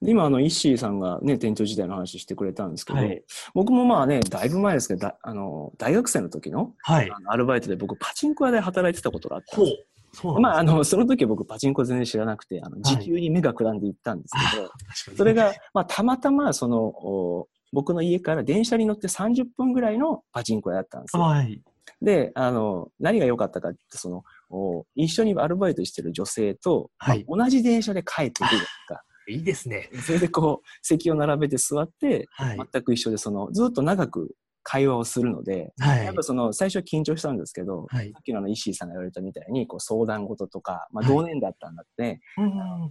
で今、イッシーさんがね、店長時代の話してくれたんですけど、 はい。 僕もまあね、だいぶ前ですけど、大学生の時の、 はい。 アルバイトで僕、パチンコ屋で働いてたことがあったんほう。 です。 そうなんですね。 その時は僕、パチンコ全然知らなくて、時はい。 給に目がくらんで行ったんですけど、 ああ、確かに。 それが、まあ、たまたま、僕の家から電車に乗って30分ぐらいのパチンコ屋だったんですよ。 はい。 で、何が良かったかって、一緒にアルバイトしてる女性と、まあ、 はい。 同じ電車で帰ってくるじゃないあ、 ですか。 いいですね。 それでこう、席を並べて座って、 はい。 全く一緒で、ずっと長く会話をするので、 はい。 やっぱ最初は緊張したんですけど、 はい。 さっきの石井さんが言われたみたいに、こう相談事とか、まあはい。 同年だったんだって、 うん。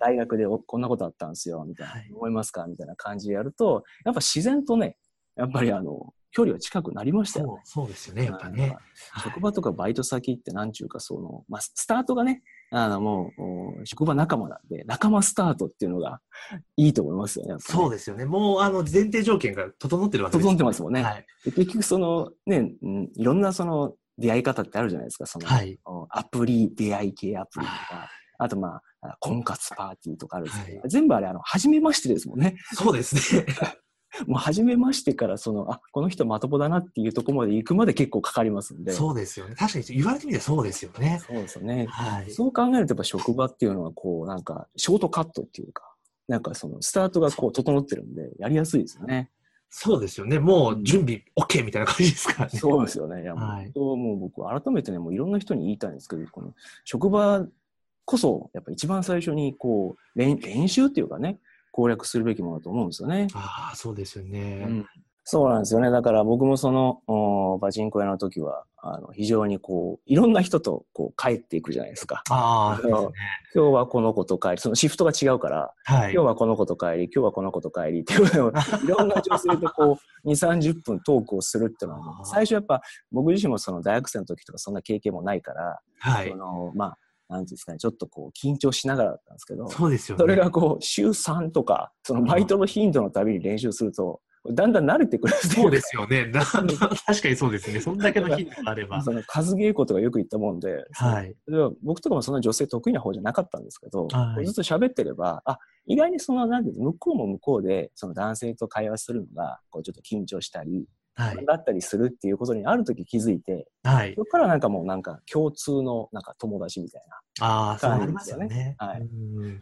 大学でこんなことあったんですよ、みたいな、 はい。 思いますかみたいな感じでやると、やっぱ自然とね、やっぱり距離は近くなりましたよね。 そうですよね、やっぱね。 なんかはい。 職場とかバイト先ってなんちゅうかまあ、スタートがね、もう、職場仲間なんで、仲間スタートっていうのがいいと思いますよね、やっぱね。 そうですよね。もう、前提条件が整ってるわけで整っすよね。 てますもんね。 はい。 で結局ね、いろんな出会い方ってあるじゃないですか。 はい。 出会い系アプリとか、 ああとまあ、婚活パーティーとかあるんー、 ですけど、 はい。 全部あれ、初めましてですもんね。 そうですね。 もう初めましてからこの人まともだなっていうところまで行くまで結構かかりますんで。 そうですよね。確かに言われてみてそうですよね。 そうですよね。 はい。 そう考えるとやっぱ職場っていうのはこう、なんか、ショートカットっていうか、なんかスタートがこう整ってるんで、やりやすいですよね。 そうですよね。もうん。 う準備 OK みたいな感じですからね。 そうですよね。いや、もう、 はい。 もう僕、改めてね、もういろんな人に言いたいんですけど、この職場こそ、やっぱ一番最初に、こう、練習っていうかね、攻略するべきものだと思うんですよね。 ああ、そうですよね。 うん。そうなんですよね。だから僕もパチンコ屋の時は、非常にこう、いろんな人とこう帰っていくじゃないですか。 ああ、ですね。 今日はこの子と帰り、そのシフトが違うから、 はい。 今日はこの子と帰り、今日はこの子と帰りっていうのを、いろんな女性とこう、2、30分トークをするっていうのはね、最初やっぱ僕自身もその大学生の時とかそんな経験もないから、 はい。 まあ、なんていうんですかね、ちょっとこう、緊張しながらだったんですけど、 そうですよそれね。 がこう、週3とか、そのバイトのあ頻度のたびに練習すると、だんだん慣れてくるってそうでいうか、 すよね。確かにそうですね。そんだけだかの頻度があれら、 ば。 数稽古とかよく言ったもんで、 はい。 それは僕とかもそんな女性得意な方じゃなかったんですけど、 はい。 ずっと喋ってれば、意外になんていうの向こうも向こうで、その男性と会話するのが、こうちょっと緊張したり、 はい。 不安だったりするっていうことにある時気づいて、 はい。 そこからなんかもうなんか共通のなんか友達みたいなああ、そう感なりまじですよね。 すよね。 はい。 うん。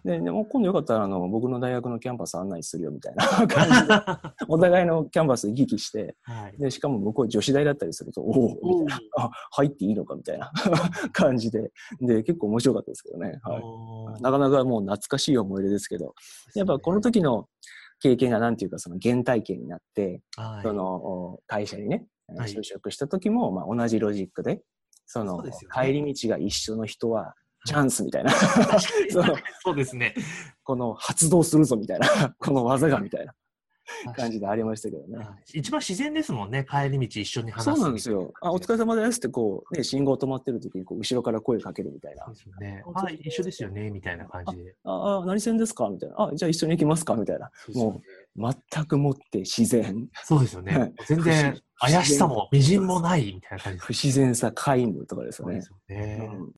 でも今度よかったら僕の大学のキャンパス案内するよみたいな感じで、お互いのキャンパス行き来して、 はい。 で、しかも向こう女子大だったりすると、おおみたいな、 おお。 入っていいのかみたいな感じで、で、結構面白かったですけどね。はい。 おー。 なかなかもう懐かしい思い出ですけど、 ですよね。 やっぱこの時の経験がなんていうかその原体験になって、 はい。 会社にね、 はい。 就職した時も、まあ、同じロジックで、 そうですよね。 帰り道が一緒の人はチはい。 ャンスみたいな確かに、 その、 確かにそうですね。 この発動するぞみたいなこのそうですね。 技がみたいな確か感じでありましたけどね。 に。はい。一番自然ですもんね。帰り道一緒にそう話すみたいななんですよ。お感じが。 疲れ様ですってこう、ね、信号止まってる時にこう後ろから声かけるみたいな。 そうですよね。 お疲あ、 れ様一緒ですって。 ですよね。みたいな感じで。 何線ですかみたいな。じゃあ一緒に行きますかみたいな。 そうですよね。 もう、全くもって自然。 そうですよね。全然不自然、 怪しさも微塵もないみたいな感じです。 不自然さ皆無とかですよね。 そうですよね。 うん。